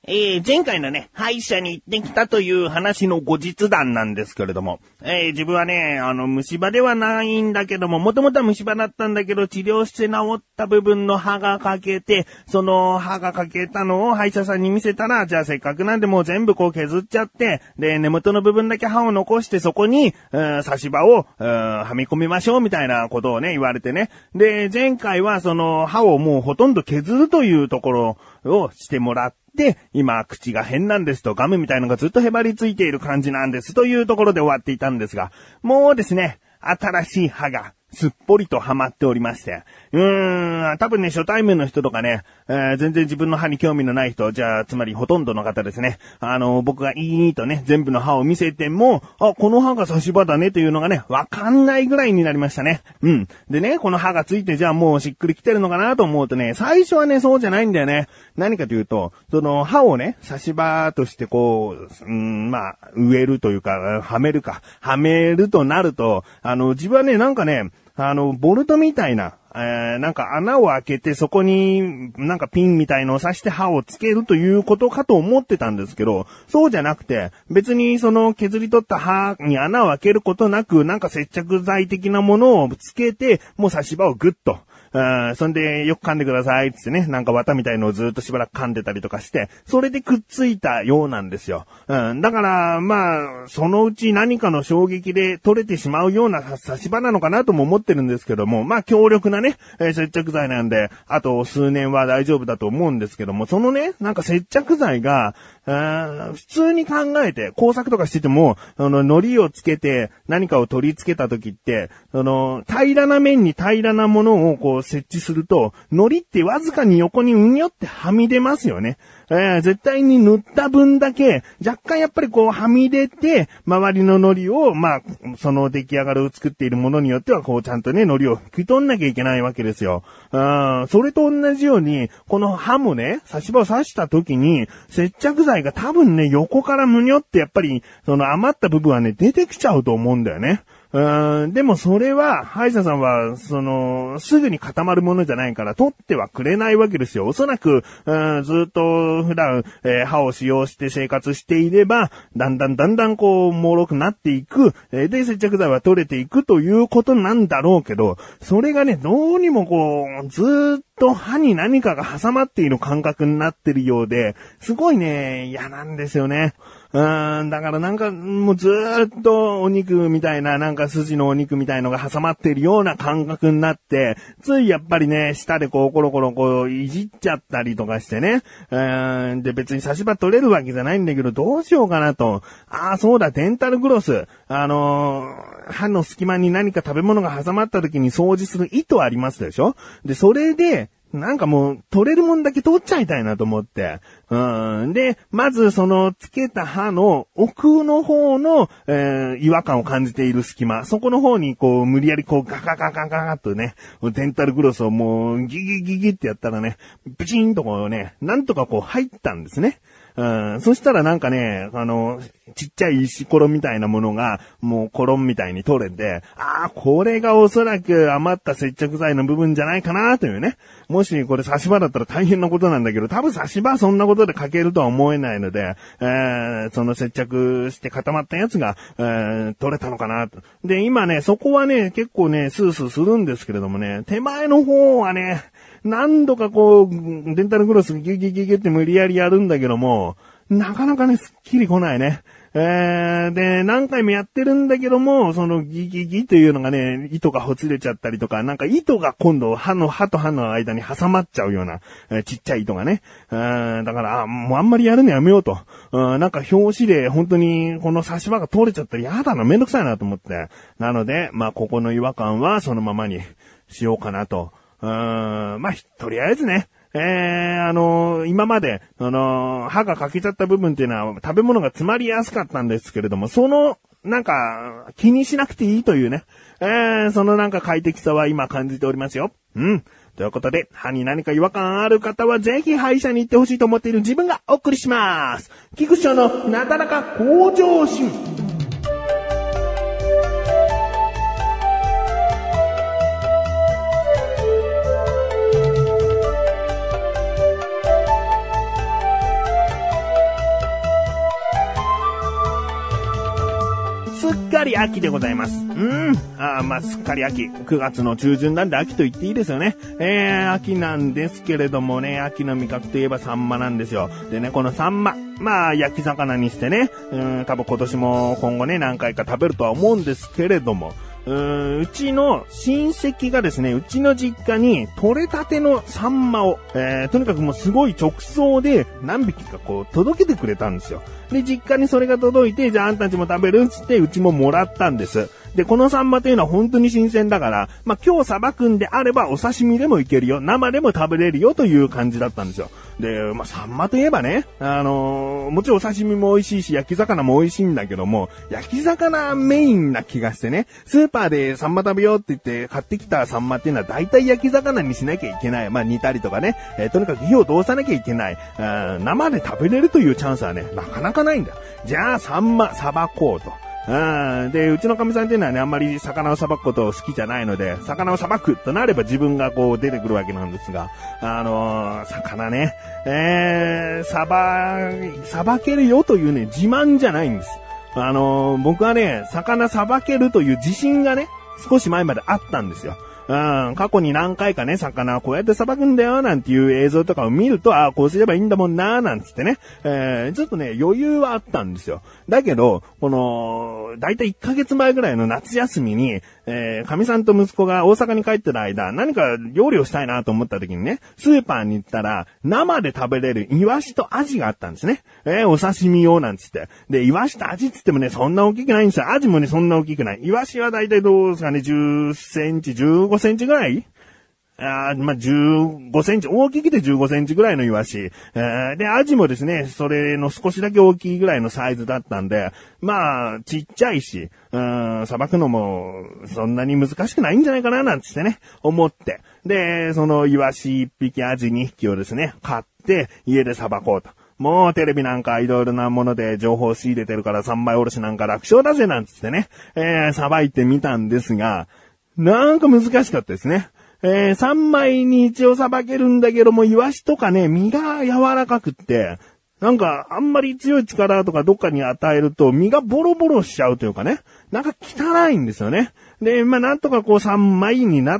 前回のね、歯医者に行ってきたという話の後日談なんですけれども、自分はね、虫歯ではないんだけども、もともとは虫歯だったんだけど、治療して治った部分の歯が欠けて、その歯が欠けたのを歯医者さんに見せたら、じゃあせっかくなんでもう全部こう削っちゃって、で、根元の部分だけ歯を残してそこに、差し歯を、はみ込みましょうみたいなことをね、言われてね。で、前回はその歯をもうほとんど削るというところをしてもらって、で、今、口が変なんですと、ガムみたいのがずっとへばりついている感じなんですというところで終わっていたんですが、もうですね、新しい歯がすっぽりとはまっておりまして、多分ね、初対面の人とかね、全然自分の歯に興味のない人、じゃあ、つまりほとんどの方ですね、僕がいいとね、全部の歯を見せても、この歯が差し歯だねというのがね、わかんないぐらいになりましたね。でね、この歯がついて、じゃあもうしっくりきてるのかなと思うとね、最初はね、そうじゃないんだよね。何かというと、その歯をね、差し歯としてこう、植えるというか、はめるとなると、自分はね、なんかね、ボルトみたいな、なんか穴を開けてそこになんかピンみたいのを刺して歯をつけるということかと思ってたんですけど、そうじゃなくて、別にその削り取った歯に穴を開けることなく、なんか接着剤的なものをつけて、もう差し歯をグッと、そんでよく噛んでくださいってね、なんか綿みたいのをずっとしばらく噛んでたりとかして、それでくっついたようなんですよ。だからそのうち何かの衝撃で取れてしまうような差し歯なのかなとも思ってるんですけども、強力なね、接着剤なんで、あと数年は大丈夫だと思うんですけども、そのね、なんか接着剤が、普通に考えて、工作とかしてても、糊をつけて何かを取り付けた時って、平らな面に平らなものをこう設置すると、糊ってわずかに横にうにょってはみ出ますよね。絶対に塗った分だけ、若干やっぱりこうはみ出て、周りの糊を、その出来上がりを作っているものによっては、こうちゃんとね、糊を拭き取んなきゃいけないわけですよ。それと同じように、この歯もね、差し歯を刺した時に、接着剤が多分ね、横からむにょってやっぱり、その余った部分はね、出てきちゃうと思うんだよね。でもそれは、歯医者さんは、すぐに固まるものじゃないから、取ってはくれないわけですよ。おそらく、ずっと普段、歯を使用して生活していれば、だんだんこう、脆くなっていく、で、接着剤は取れていくということなんだろうけど、それがね、どうにもこう、ずーっと歯に何かが挟まっている感覚になってるようで、すごいね、嫌なんですよね。だからなんかもうずーっとお肉みたいな、なんか筋のお肉みたいのが挟まっているような感覚になって、ついやっぱりね、舌でこうコロコロこういじっちゃったりとかしてね。で別に差し歯取れるわけじゃないんだけど、どうしようかなと。そうだ、デンタルグロス。歯の隙間に何か食べ物が挟まった時に掃除する糸ありますでしょ？で、それで、なんかもう、取れるもんだけ取っちゃいたいなと思って。で、まずその、つけた歯の奥の方の、違和感を感じている隙間。そこの方にこう、無理やりこう、ガガガガガガッとね、デンタルグロスをもう、ギギギギってやったらね、ブチンとこうね、なんとかこう入ったんですね。そしたらなんかね、ちっちゃい石ころみたいなものが、もうコロンみたいに取れて、これがおそらく余った接着剤の部分じゃないかなというね。もしこれ差し歯だったら大変なことなんだけど、多分差し歯はそんなことでかけるとは思えないので、その接着して固まったやつが、取れたのかなと。で、今ね、そこはね、結構ね、スースーするんですけれどもね、手前の方はね、何度かこう、デンタルグロスギュギュギュギュって無理やりやるんだけども、なかなかね、すっきり来ないね。で、何回もやってるんだけども、そのギギギというのがね、糸がほつれちゃったりとか、なんか糸が今度歯と歯の間に挟まっちゃうような、ちっちゃい糸がね。だから、もうあんまりやるのやめようと。なんか表紙で本当にこの差し歯が取れちゃったら嫌だな、めんどくさいなと思って。なので、ここの違和感はそのままにしようかなと。とりあえずね、今まで、歯が欠けちゃった部分っていうのは食べ物が詰まりやすかったんですけれども、なんか、気にしなくていいというね、そのなんか快適さは今感じておりますよ。ということで、歯に何か違和感ある方はぜひ歯医者に行ってほしいと思っている自分がお送りします。菊池翔のなだらか向上心。 かり秋でございます。すっかり秋。9月の中旬なんで秋と言っていいですよね。秋なんですけれどもね、秋の味覚といえばサンマなんですよ。でね、このサンマ。焼き魚にしてね、多分今年も今後ね、何回か食べるとは思うんですけれども、うちの親戚がですね、うちの実家に取れたてのサンマを、とにかくもうすごい直送で何匹かこう届けてくれたんですよ。で、実家にそれが届いて、じゃああんたんちも食べるっつってうちももらったんです。で、このサンマというのは本当に新鮮だから、今日さばくんであればお刺身でもいけるよ、生でも食べれるよという感じだったんですよ。で、サンマといえばね、もちろんお刺身も美味しいし、焼き魚も美味しいんだけども、焼き魚メインな気がしてね、スーパーでサンマ食べようって言って買ってきたサンマっていうのは大体焼き魚にしなきゃいけない。煮たりとかね、とにかく火を通さなきゃいけない。生で食べれるというチャンスはね、なかなかないんだ。じゃあサンマさばこうと。で、うちのかみさんっていうのはね、あんまり魚をさばくこと好きじゃないので、魚をさばくとなれば自分がこう出てくるわけなんですが、魚ね、さばけるよというね、自慢じゃないんです。僕はね、魚さばけるという自信がね、少し前まであったんですよ。過去に何回かね、魚をこうやって捌くんだよ、なんていう映像とかを見ると、こうすればいいんだもんな、なんつってね、ちょっとね、余裕はあったんですよ。だけど、だいたい1ヶ月前ぐらいの夏休みに、かみさんと息子が大阪に帰ってる間、何か料理をしたいなと思った時にね、スーパーに行ったら、生で食べれるイワシとアジがあったんですね。お刺身用なんつって。で、イワシとアジつってもね、そんな大きくないんですよ。アジもね、そんな大きくない。イワシはだいたいどうですかね、10センチ、15センチぐらい15センチ、大きくて15センチぐらいのイワシ。で、アジもですね、それの少しだけ大きいぐらいのサイズだったんで、ちっちゃいし、さばくのも、そんなに難しくないんじゃないかな、なんつってね、思って。で、そのイワシ1匹、アジ2匹をですね、買って、家でさばこうと。もうテレビなんかいろいろなもので情報を仕入れてるから3枚おろしなんか楽勝だぜ、なんつってね、さばいてみたんですが、なんか難しかったですね。3枚に一応さばけるんだけども、イワシとかね、身が柔らかくって、なんかあんまり強い力とかどっかに与えると身がボロボロしちゃうというかね、なんか汚いんですよね。で、なんとかこう3枚になって、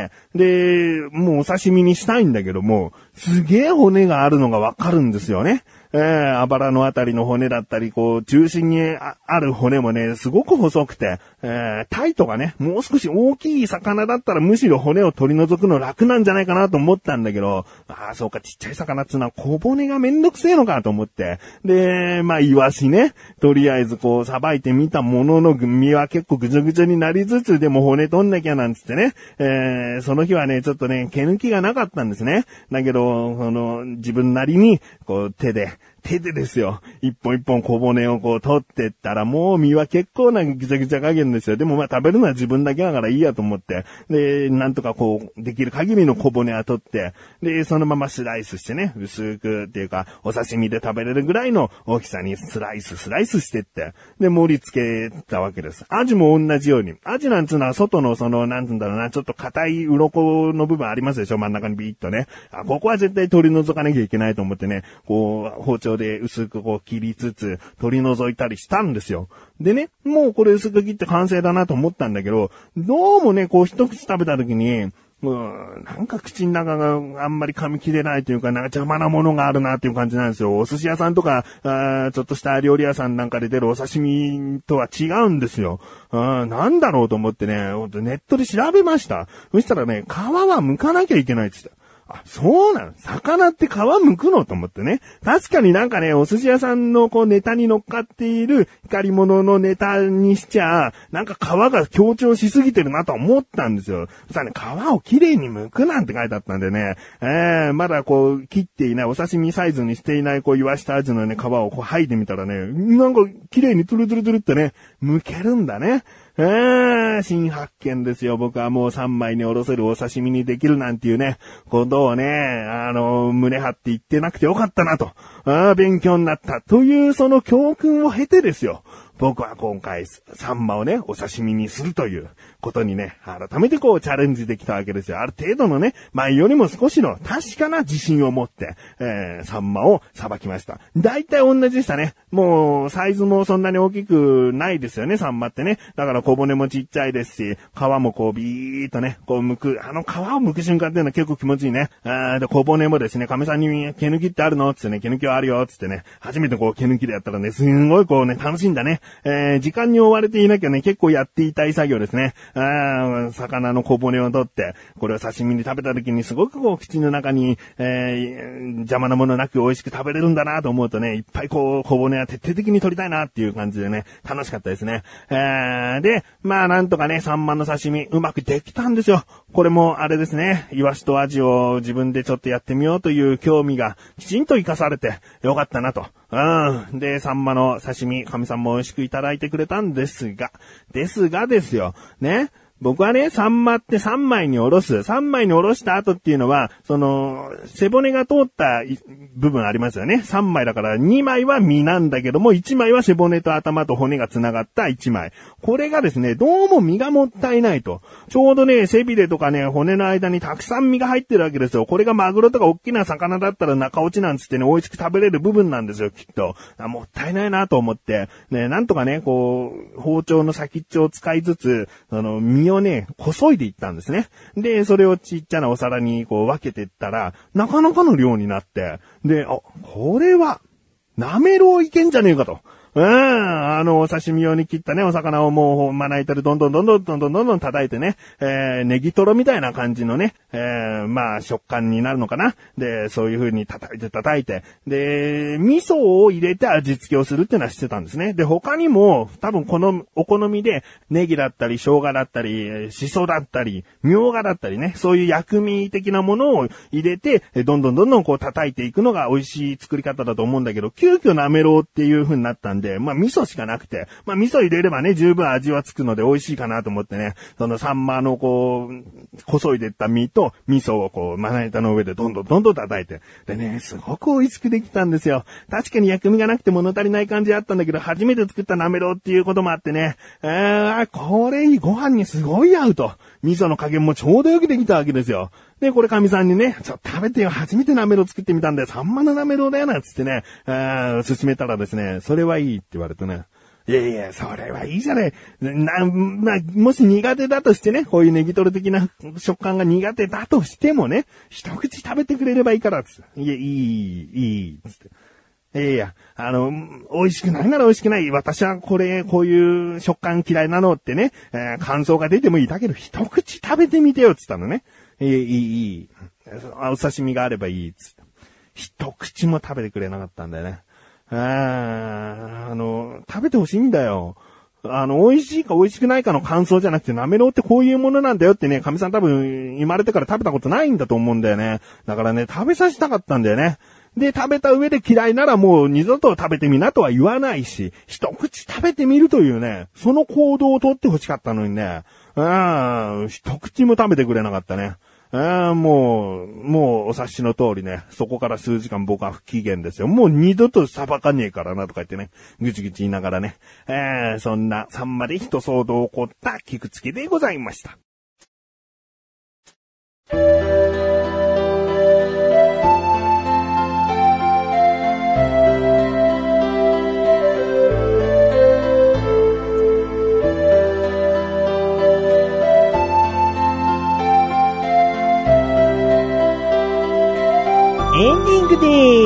で、もうお刺身にしたいんだけども、すげえ骨があるのがわかるんですよね。あばらのあたりの骨だったり、こう、中心にある骨もね、すごく細くて、タイとかね、もう少し大きい魚だったらむしろ骨を取り除くの楽なんじゃないかなと思ったんだけど、そうか、ちっちゃい魚っつうのは小骨がめんどくせえのかと思って、で、イワシね、とりあえずこう、さばいてみたものの身は結構ぐちゃぐちゃになりつつ、でも骨取んなきゃなんつってね、その日はね、ちょっとね、毛抜きがなかったんですね。だけど、自分なりに、こう、手でですよ。一本一本小骨をこう取ってったら、もう身は結構なぐちゃぐちゃ加減ですよ。でも食べるのは自分だけだからいいやと思って。で、なんとかこう、できる限りの小骨は取って、で、そのままスライスしてね、薄くっていうか、お刺身で食べれるぐらいの大きさにスライスしてって、で、盛り付けたわけです。アジも同じように。アジなんつうのは外のなんつうんだろうな、ちょっと硬い鱗の部分ありますでしょ、真ん中にビーッとね。ここは絶対取り除かなきゃいけないと思ってね、こう、包丁で薄くこう切りつつ取り除いたりしたんですよ。でね、もうこれ薄く切って完成だなと思ったんだけど、どうもね、こう一口食べた時に、なんか口の中があんまり噛み切れないというか、なんか邪魔なものがあるなっていう感じなんですよ。お寿司屋さんとか、ちょっとした料理屋さんなんかで出るお刺身とは違うんですよ。なんだろうと思ってね、ネットで調べました。そしたらね、皮は剥かなきゃいけないって言ってた。そうなの？魚って皮剥くのと思ってね。確かになんかね、お寿司屋さんのこうネタに乗っかっている光り物のネタにしちゃ、なんか皮が強調しすぎてるなと思ったんですよ。そしたらね、皮をきれいに剥くなんて書いてあったんでね、まだこう切っていない、お刺身サイズにしていないこうイワシとアジのね、皮をこう剥いでみたらね、なんかきれいにトゥルトゥルトゥルってね、剥けるんだね。新発見ですよ。僕はもう3枚におろせるお刺身にできるなんていうね、ことをね、胸張って言ってなくてよかったなと、勉強になったというその教訓を経てですよ。 僕は今回サンマをね、お刺身にするということにね、改めてこうチャレンジできたわけですよ。ある程度のね、前よりも少しの確かな自信を持って、サンマをさばきました。大体同じでしたね。もう、サイズもそんなに大きくないですよね、サンマってね。だから小骨もちっちゃいですし、皮もこうビーっとね、こう剥く、皮を剥く瞬間っていうのは結構気持ちいいね。で、小骨もですね、神さんに毛抜きってあるのつってね、毛抜きはあるよつってね、初めてこう毛抜きでやったらね、すんごいこうね、楽しいんだね。時間に追われていなきゃね、結構やっていたい作業ですね。魚の小骨を取って、これを刺身に食べた時にすごくこう口の中に、邪魔なものなく美味しく食べれるんだなと思うとね、いっぱいこう小骨は徹底的に取りたいなっていう感じでね、楽しかったですね。で、まあなんとかね、サンマの刺身うまくできたんですよ。これもあれですね、イワシとアジを自分でちょっとやってみようという興味がきちんと生かされてよかったなと。で、サンマの刺身、神さんも美味しくいただいてくれたんですがですよ。ね。僕はね、サンマって3枚におろした後っていうのは、背骨が通った部分ありますよね。3枚だから2枚は身なんだけども、1枚は背骨と頭と骨が繋がった1枚。これがですね、どうも身がもったいないと。ちょうどね、背びれとかね、骨の間にたくさん身が入ってるわけですよ。これがマグロとか大きな魚だったら中落ちなんつってね、美味しく食べれる部分なんですよ、きっと。もったいないなと思って、ね、なんとかね、こう、包丁の先っちょを使いつつ、身をね、こそいでいったんですね。で、それをちっちゃなお皿にこう分けていったら、なかなかの量になって、で、これは、なめろういけんじゃねえかと。お刺身用に切ったね、お魚をもう、まな板でどんどん叩いてね、ネギトロみたいな感じのね、まあ、食感になるのかな。で、そういう風に叩いて、で、味噌を入れて味付けをするっていうのはしてたんですね。で、他にも、多分このお好みで、ネギだったり、生姜だったり、シソだったり、みょうがだったりね、そういう薬味的なものを入れて、どんどんこう叩いていくのが美味しい作り方だと思うんだけど、急遽なめろうっていう風になったんで、まあ味噌しかなくて、まあ味噌入れればね、十分味はつくので美味しいかなと思ってね、そのサンマのこう、こそいでった身と味噌をこう、まな板の上でどんどん叩いて、でね、すごく美味しくできたんですよ。確かに薬味がなくて物足りない感じあったんだけど、初めて作ったなめろうっていうこともあってね、これご飯にすごい合うと。味噌の加減もちょうどよくできたわけですよ。で、これ神さんにね、ちょっと食べてよ、初めてなめろう作ってみたんだよ、サンマのなめろうだよな、つってね、勧めたらですね、それはいいって言われてね、いや、それはいいじゃない。まあ、もし苦手だとしてね、こういうネギトロ的な食感が苦手だとしてもね、一口食べてくれればいいから、つって。いや、いい、つって。美味しくないなら美味しくない。私はこういう食感嫌いなのってね、感想が出てもいい。だけど一口食べてみてよ、つったのね。いい。お刺身があればいい、つって。一口も食べてくれなかったんだよね。食べてほしいんだよ。美味しいか美味しくないかの感想じゃなくて、なめろうってこういうものなんだよってね、神さん多分生まれてから食べたことないんだと思うんだよね。だからね、食べさせたかったんだよね。で、食べた上で嫌いならもう二度と食べてみなとは言わないし、一口食べてみるというね、その行動をとってほしかったのにね、一口も食べてくれなかったね。もうお察しの通りね、そこから数時間僕は不機嫌ですよ。もう二度と裁かねえからなとか言ってね、ぐちぐち言いながらね、そんなサンマで一騒動起こった菊付きでございました。エンディングで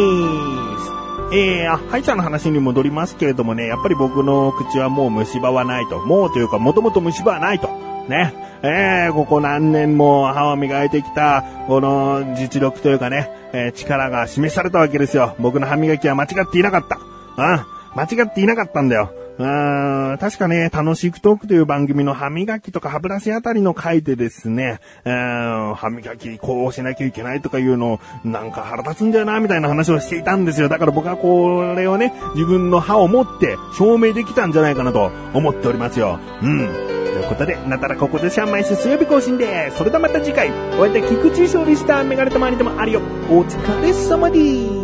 ーす。歯医者の話に戻りますけれどもね、やっぱり僕の口はもう虫歯はないと。もうというか、もともと虫歯はないと。ね。ここ何年も歯を磨いてきた、この実力というかね、力が示されたわけですよ。僕の歯磨きは間違っていなかった。間違っていなかったんだよ。確かね、楽しくトークという番組の歯磨きとか歯ブラシあたりの回でですね、歯磨きこうしなきゃいけないとかいうのをなんか腹立つんだよなみたいな話をしていたんですよ。だから僕はこれをね、自分の歯を持って証明できたんじゃないかなと思っておりますよ。ということで、なたらここでシャン毎週水曜日更新です。それではまた次回、お会いで菊池勝利したメガネとマニでもあるよ。お疲れ様です。